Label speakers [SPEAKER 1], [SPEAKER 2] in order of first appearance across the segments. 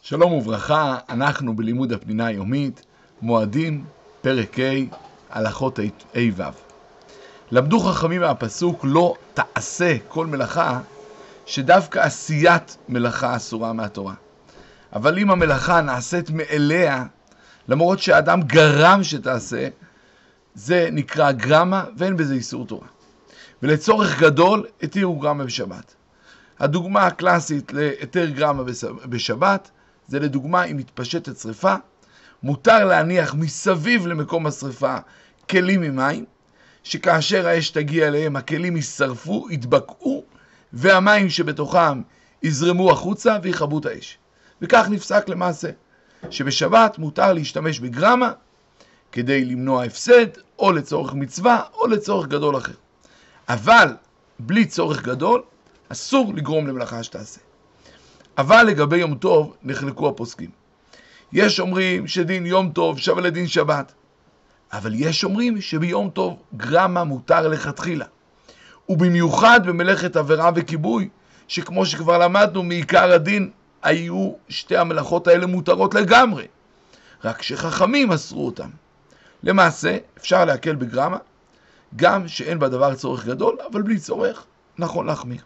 [SPEAKER 1] שלום וברכה, אנחנו בלימוד הפנינה היומית, מועדים, פרק ה', הלכות ה'-ו'. למדו חכמים מהפסוק לא תעשה כל מלאכה, שדווקא עשיית מלאכה אסורה מהתורה. אבל אם המלאכה נעשית מאליה, למרות שהאדם גרם שתעשה, זה נקרא גרמה ואין בזה איסור תורה. ולצורך גדול התירו גרמה בשבת. הדוגמה הקלאסית להתיר גרמה בשבת, זה לדוגמה אם מתפשטת שריפה, מותר להניח מסביב למקום השריפה כלים ממים, שכאשר האש תגיע אליהם הכלים יישרפו, יתבקעו, והמים שבתוכם יזרמו החוצה ויכבו את האש. וכך נפסק למעשה, שבשבת מותר להשתמש בגרמה, כדי למנוע הפסד, או לצורך מצווה, או לצורך גדול אחר. אבל בלי צורך גדול, אסור לגרום למלאכה שתעשה. אבל לגבי יום טוב נחלקו הפוסקים. יש אומרים שדין יום טוב שווה לדין שבת. אבל יש אומרים שביום טוב גרמה מותר לכתחילה. ובמיוחד במלאכת עבירה וכיבוי, שכמו שכבר למדנו מעיקר הדין, היו שתי המלאכות האלה מותרות לגמרי. רק שחכמים אסרו אותם. למעשה אפשר להקל בגרמה, גם שאין בדבר צורך גדול, אבל בלי צורך נכון להחמיר.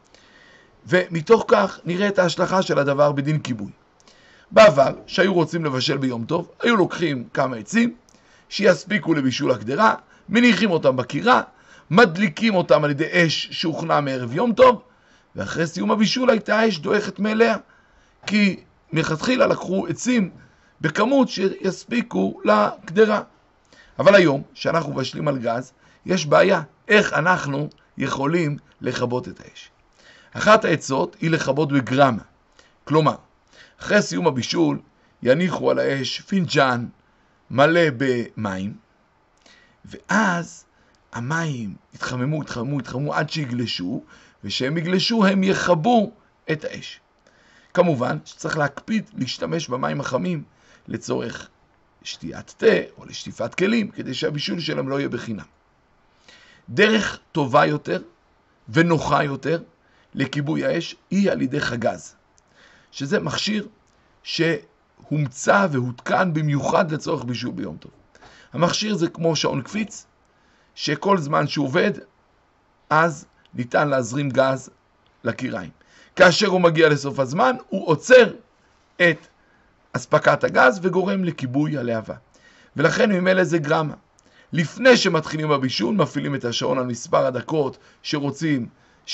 [SPEAKER 1] ומתוך כך נראה את ההשלכה של הדבר בדין כיבוי. בעבר, שהיו רוצים לבשל ביום טוב, היו לוקחים כמה עצים, שיספיקו לבישול הקדרה, מניחים אותם בקירה, מדליקים אותם על ידי אש שהוכנה מערב יום טוב, ואחרי סיום הבישול הייתה האש דועכת מאליה, כי מלכתחילה לקחו עצים בכמות שיספיקו לקדרה. אבל היום, שאנחנו מבשלים על גז, יש בעיה איך אנחנו יכולים לכבות את האש. אחת העצות היא לכבות בגרמה. כלומר, אחרי סיום הבישול יניחו על האש פינג'אן מלא במים, ואז המים יתחממו עד שיגלשו, ושהם יגלשו הם יכבו את האש. כמובן שצריך להקפיד להשתמש במים החמים לצורך שתיית תה או לשטיפת כלים, כדי שהבישול שלהם לא יהיה בחינם. דרך טובה יותר ונוחה יותר לכיבוי האש היא על ידי חגז, שזה מכשיר שהומצא והותקן במיוחד לצורך בישול ביום טוב. המכשיר זה כמו שעון קפיץ, שכל זמן שהוא עובד, אז ניתן להזרים גז לקיריים. כאשר הוא מגיע לסוף הזמן, הוא עוצר את אספקת הגז וגורם לכיבוי הלהבה. ולכן ממילא זה גרמה. לפני שמתחילים בבישול, מפעילים את השעון על מספר הדקות שרוצים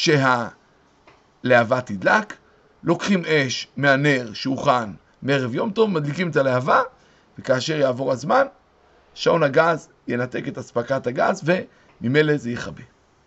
[SPEAKER 1] שהלהבה תדלק, לוקחים אש מהנר שהוכן מערב יום טוב, מדליקים את הלהבה, וכאשר יעבור הזמן, שעון הגז ינתק את אספקת הגז, וממילא זה יכבה.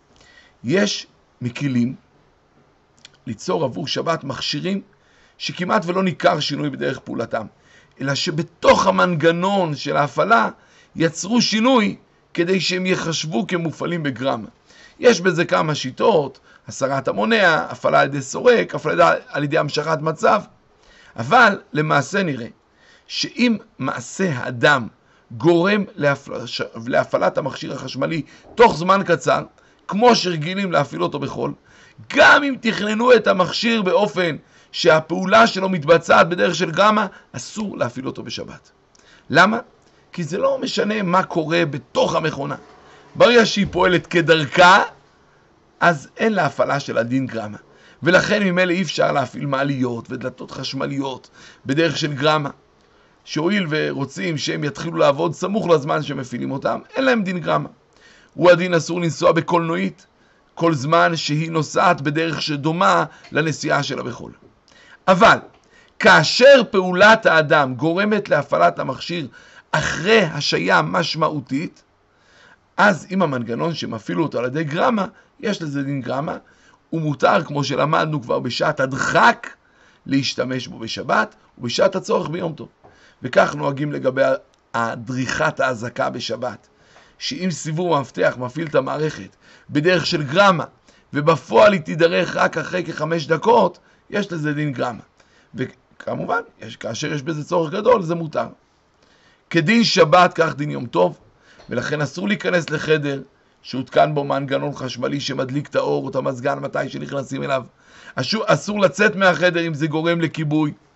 [SPEAKER 1] יש מקילים ליצור עבור שבת מכשירים שכמעט ולא ניכר שינוי בדרך פעולתם, אלא שבתוך המנגנון של ההפעלה יצרו שינוי כדי שהם יחשבו כמופעלים בגרמה. יש בזה כמה שיטות, הסרת המונע, הפעלה על ידי סורק, הפעלה על ידי המשכת מצב, אבל למעשה נראה שאם מעשה האדם גורם להפעלת המכשיר החשמלי תוך זמן קצר, כמו שרגילים להפעיל אותו בחול, גם אם תכננו את המכשיר באופן שהפעולה שלו מתבצעת בדרך של גרמה, אסור להפעיל אותו בשבת. למה? כי זה לא משנה מה קורה בתוך המכונה. ברגע שהיא פועלת כדרכה, אז אין לה הפעלה של הדין גרמה. ולכן ממילא אי אפשר להפעיל מעליות ודלתות חשמליות בדרך של גרמה. שהואיל ורוצים שהם יתחילו לעבוד סמוך לזמן שמפעילים אותם, אין להם דין גרמה. הוא הדין אסור לנסוע בקולנועית, כל זמן שהיא נוסעת בדרך שדומה לנסיעה שלה בחול. אבל כאשר פעולת האדם גורמת להפעלת המכשיר אחרי השעיה משמעותית, אז אם המנגנון שמפעילו אותו על ידי גרמה, יש לזה דין גרמה, ומותר, כמו שלמדנו כבר בשעת הדחק, להשתמש בו בשבת ובשעת הצורך ביום טוב. וכך נוהגים לגבי הדריכת ההזקה בשבת, שאם סיבוב המפתח מפעיל את המערכת בדרך של גרמה, ובפועל היא תידרך רק אחרי כ5 דקות, יש לזה דין גרמה. וכמובן, כאשר יש בזה צורך גדול, זה מותר. כדין שבת, כך דין יום טוב, ולכן אסור להיכנס לחדר שהותקן בו מנגנון חשמלי שמדליק את האור או את המזגן מתי שנכנסים אליו. אסור לצאת מהחדר אם זה גורם לכיבוי.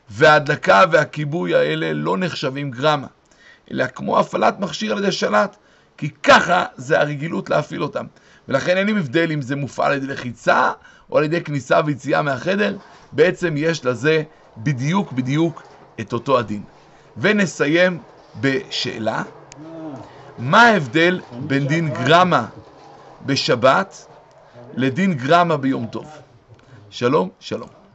[SPEAKER 1] וההדלקה והכיבוי האלה לא נחשבים גרמה, אלא כמו הפעלת מכשיר על ידי שלט, כי ככה זה הרגילות להפעיל אותם. ולכן אין לי מבדל אם זה מופעל על ידי לחיצה או על ידי כניסה ויציאה מהחדר, בעצם יש לזה בדיוק את אותו הדין. ונסיים בשאלה, מה ההבדל בין דין גרמה בשבת לדין גרמה ביום טוב? שלום, שלום.